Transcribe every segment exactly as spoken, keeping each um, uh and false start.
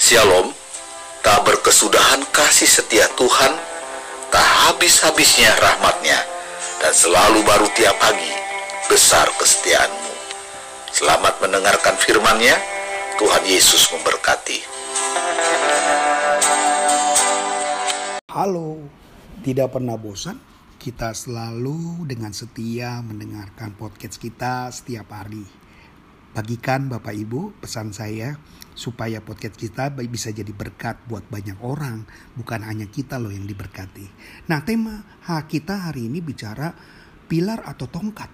Shalom, tak berkesudahan kasih setia Tuhan, tak habis-habisnya rahmat-Nya, dan selalu baru tiap pagi, besar kesetiaan-Mu. Selamat mendengarkan firman-Nya. Tuhan Yesus memberkati. Halo, tidak pernah bosan? Kita selalu dengan setia mendengarkan podcast kita setiap hari. Bagikan Bapak Ibu pesan saya supaya podcast kita bisa jadi berkat buat banyak orang, bukan hanya kita loh yang diberkati. Nah, tema kita hari ini bicara pilar atau tongkat.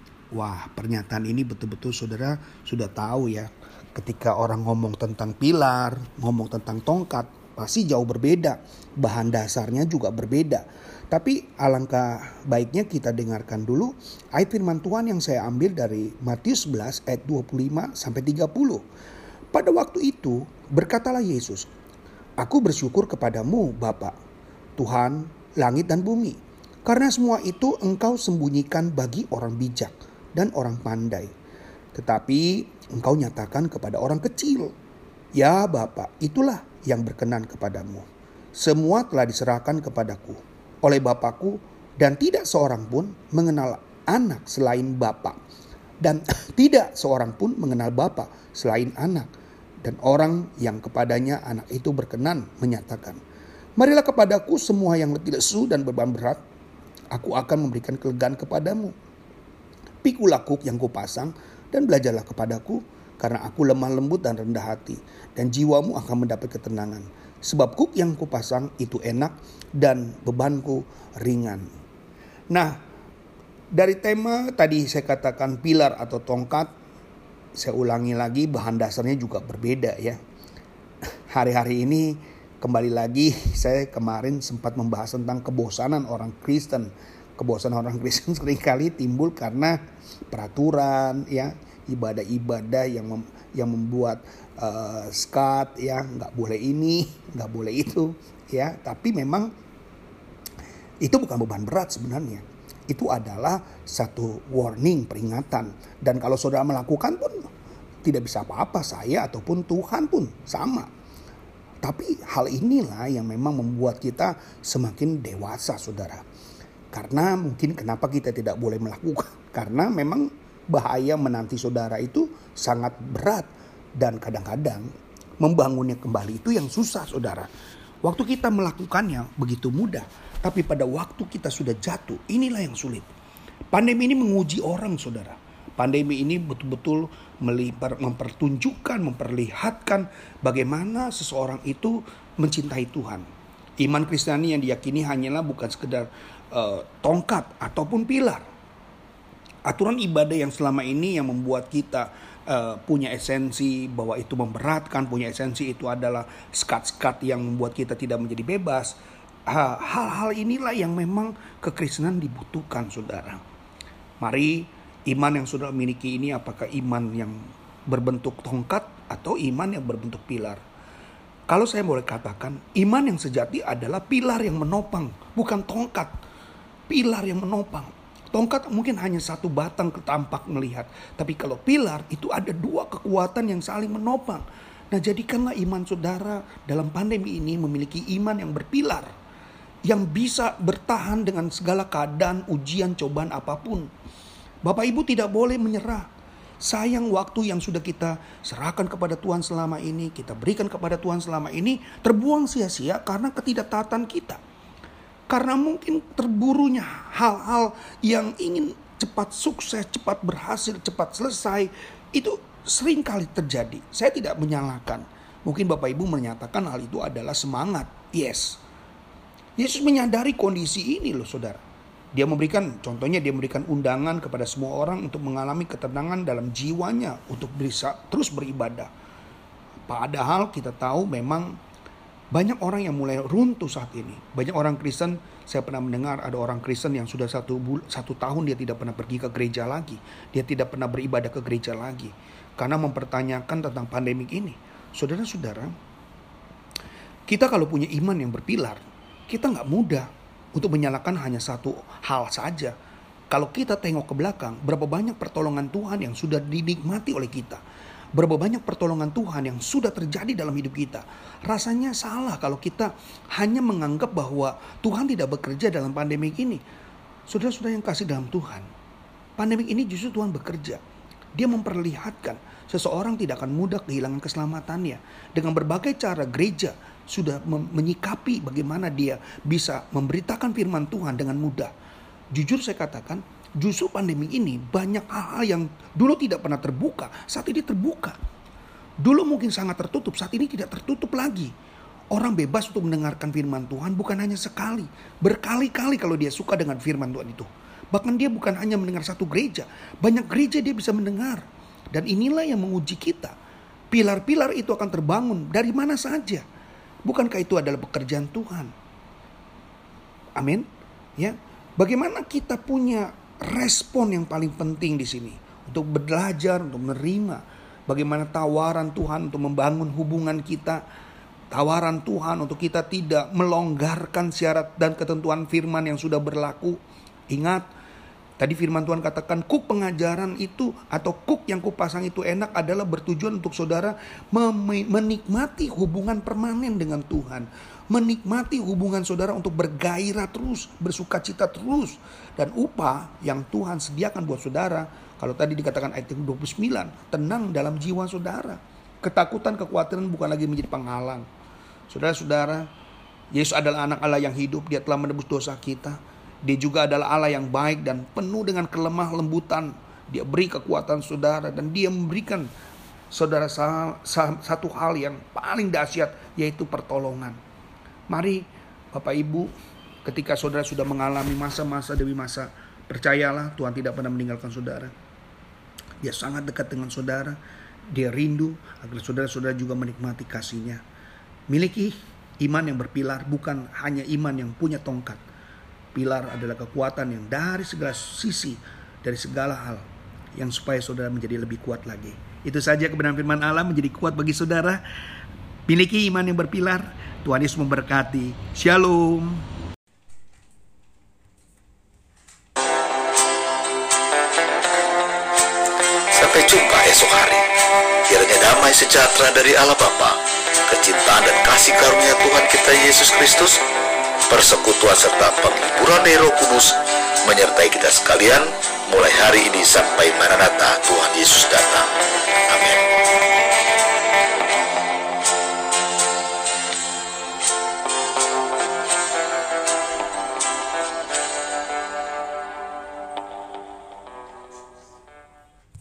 Wah, pernyataan ini betul-betul saudara sudah tahu ya. Ketika orang ngomong tentang pilar, ngomong tentang tongkat, pasti jauh berbeda. Bahan dasarnya juga berbeda. Tapi alangkah baiknya kita dengarkan dulu ayat firman Tuhan yang saya ambil dari Matius sebelas ayat dua puluh lima sampai tiga puluh. Pada waktu itu berkatalah Yesus, "Aku bersyukur kepadamu Bapa, Tuhan langit dan bumi, karena semua itu Engkau sembunyikan bagi orang bijak dan orang pandai. Tetapi Engkau nyatakan kepada orang kecil. Ya Bapa, itulah yang berkenan kepadamu. Semua telah diserahkan kepadaku oleh Bapakku, dan tidak seorang pun mengenal anak selain Bapa, dan tidak seorang pun mengenal Bapa selain anak, dan orang yang kepadanya anak itu berkenan menyatakan, marilah kepadaku semua yang letih lesu dan beban berat, aku akan memberikan kelegaan kepadamu. Pikulah kuk yang kupasang dan belajarlah kepadaku, karena aku lemah lembut dan rendah hati, dan jiwamu akan mendapat ketenangan. Sebab kuk yang kupasang itu enak dan bebanku ringan." Nah, dari tema tadi saya katakan pilar atau tongkat, saya ulangi lagi bahan dasarnya juga berbeda ya. Hari-hari ini kembali lagi saya kemarin sempat membahas tentang kebosanan orang Kristen. Kebosanan orang Kristen seringkali timbul karena peraturan ya, ibadah-ibadah yang mem, yang membuat uh, skat ya, nggak boleh ini, nggak boleh itu ya. Tapi memang itu bukan beban berat sebenarnya. Itu adalah satu warning, peringatan. Dan kalau saudara melakukan pun tidak bisa apa-apa, saya ataupun Tuhan pun sama. Tapi hal inilah yang memang membuat kita semakin dewasa saudara. Karena mungkin kenapa kita tidak boleh melakukan, karena memang bahaya menanti saudara itu sangat berat. Dan kadang-kadang membangunnya kembali itu yang susah saudara. Waktu kita melakukannya begitu mudah, tapi pada waktu kita sudah jatuh, inilah yang sulit. Pandemi ini menguji orang saudara. Pandemi ini betul-betul melibar, mempertunjukkan, memperlihatkan bagaimana seseorang itu mencintai Tuhan. Iman Kristiani yang diyakini hanyalah bukan sekedar uh, tongkat ataupun pilar. Aturan ibadah yang selama ini yang membuat kita uh, punya esensi bahwa itu memberatkan, punya esensi itu adalah skat-skat yang membuat kita tidak menjadi bebas. Hal-hal inilah yang memang kekristenan dibutuhkan saudara. Mari iman yang saudara miliki ini apakah iman yang berbentuk tongkat atau iman yang berbentuk pilar? Kalau saya boleh katakan, iman yang sejati adalah pilar yang menopang, bukan tongkat. Pilar yang menopang. Tongkat mungkin hanya satu batang ketampak melihat. Tapi kalau pilar itu ada dua kekuatan yang saling menopang. Nah, jadikanlah iman saudara dalam pandemi ini memiliki iman yang berpilar. Yang bisa bertahan dengan segala keadaan, ujian, cobaan apapun. Bapak Ibu tidak boleh menyerah. Sayang waktu yang sudah kita serahkan kepada Tuhan selama ini, kita berikan kepada Tuhan selama ini, terbuang sia-sia karena ketidaktaatan kita. Karena mungkin terburunya hal-hal yang ingin cepat sukses, cepat berhasil, cepat selesai. Itu sering kali terjadi. Saya tidak menyalahkan. Mungkin Bapak Ibu menyatakan hal itu adalah semangat. Yes. Yesus menyadari kondisi ini loh saudara. Dia memberikan, contohnya dia memberikan undangan kepada semua orang untuk mengalami ketenangan dalam jiwanya untuk bisa terus beribadah. Padahal kita tahu memang banyak orang yang mulai runtuh saat ini. Banyak orang Kristen, saya pernah mendengar ada orang Kristen yang sudah satu, satu tahun dia tidak pernah pergi ke gereja lagi. Dia tidak pernah beribadah ke gereja lagi. Karena mempertanyakan tentang pandemik ini. Saudara-saudara, kita kalau punya iman yang berpilar, kita gak mudah untuk menyalahkan hanya satu hal saja. Kalau kita tengok ke belakang, berapa banyak pertolongan Tuhan yang sudah dinikmati oleh kita. Berapa banyak pertolongan Tuhan yang sudah terjadi dalam hidup kita. Rasanya salah kalau kita hanya menganggap bahwa Tuhan tidak bekerja dalam pandemi ini. Saudara-saudara yang kasih dalam Tuhan, pandemi ini justru Tuhan bekerja. Dia memperlihatkan seseorang tidak akan mudah kehilangan keselamatannya. Dengan berbagai cara gereja sudah menyikapi bagaimana dia bisa memberitakan firman Tuhan dengan mudah. Jujur saya katakan, justru pandemi ini banyak hal-hal yang dulu tidak pernah terbuka, saat ini terbuka. Dulu mungkin sangat tertutup, saat ini tidak tertutup lagi. Orang bebas untuk mendengarkan firman Tuhan bukan hanya sekali, berkali-kali kalau dia suka dengan firman Tuhan itu. Bahkan dia bukan hanya mendengar satu gereja, banyak gereja dia bisa mendengar. Dan inilah yang menguji kita. Pilar-pilar itu akan terbangun dari mana saja. Bukankah itu adalah pekerjaan Tuhan? Amin. Ya. Bagaimana kita punya respon yang paling penting di sini untuk belajar, untuk menerima bagaimana tawaran Tuhan untuk membangun hubungan kita, tawaran Tuhan untuk kita tidak melonggarkan syarat dan ketentuan firman yang sudah berlaku. Ingat, tadi firman Tuhan katakan kuk pengajaran itu atau kuk yang kupasang itu enak adalah bertujuan untuk saudara menikmati hubungan permanen dengan Tuhan. Menikmati hubungan saudara untuk bergairah terus, bersukacita terus. Dan upah yang Tuhan sediakan buat saudara, kalau tadi dikatakan ayat dua puluh sembilan, tenang dalam jiwa saudara. Ketakutan, kekhawatiran bukan lagi menjadi penghalang. Saudara-saudara, Yesus adalah anak Allah yang hidup, dia telah menebus dosa kita. Dia juga adalah Allah yang baik dan penuh dengan kelemah lembutan. Dia beri kekuatan saudara dan dia memberikan saudara satu hal yang paling dahsyat, yaitu pertolongan. Mari Bapak Ibu, ketika saudara sudah mengalami masa-masa demi masa, percayalah Tuhan tidak pernah meninggalkan saudara. Dia sangat dekat dengan saudara. Dia rindu agar saudara-saudara juga menikmati kasih-Nya. Miliki iman yang berpilar, bukan hanya iman yang punya tongkat. Pilar adalah kekuatan yang dari segala sisi, dari segala hal, yang supaya saudara menjadi lebih kuat lagi. Itu saja kebenaran firman Allah menjadi kuat bagi saudara. Miliki iman yang berpilar. Tuhan Yesus memberkati. Shalom. Sampai jumpa esok hari. Kiranya damai sejahtera dari Allah Bapa, kecintaan dan kasih karunia Tuhan kita Yesus Kristus, persekutuan serta penghiburan dari Roh Kudus menyertai kita sekalian mulai hari ini sampai Maranatha Tuhan Yesus datang. Amin.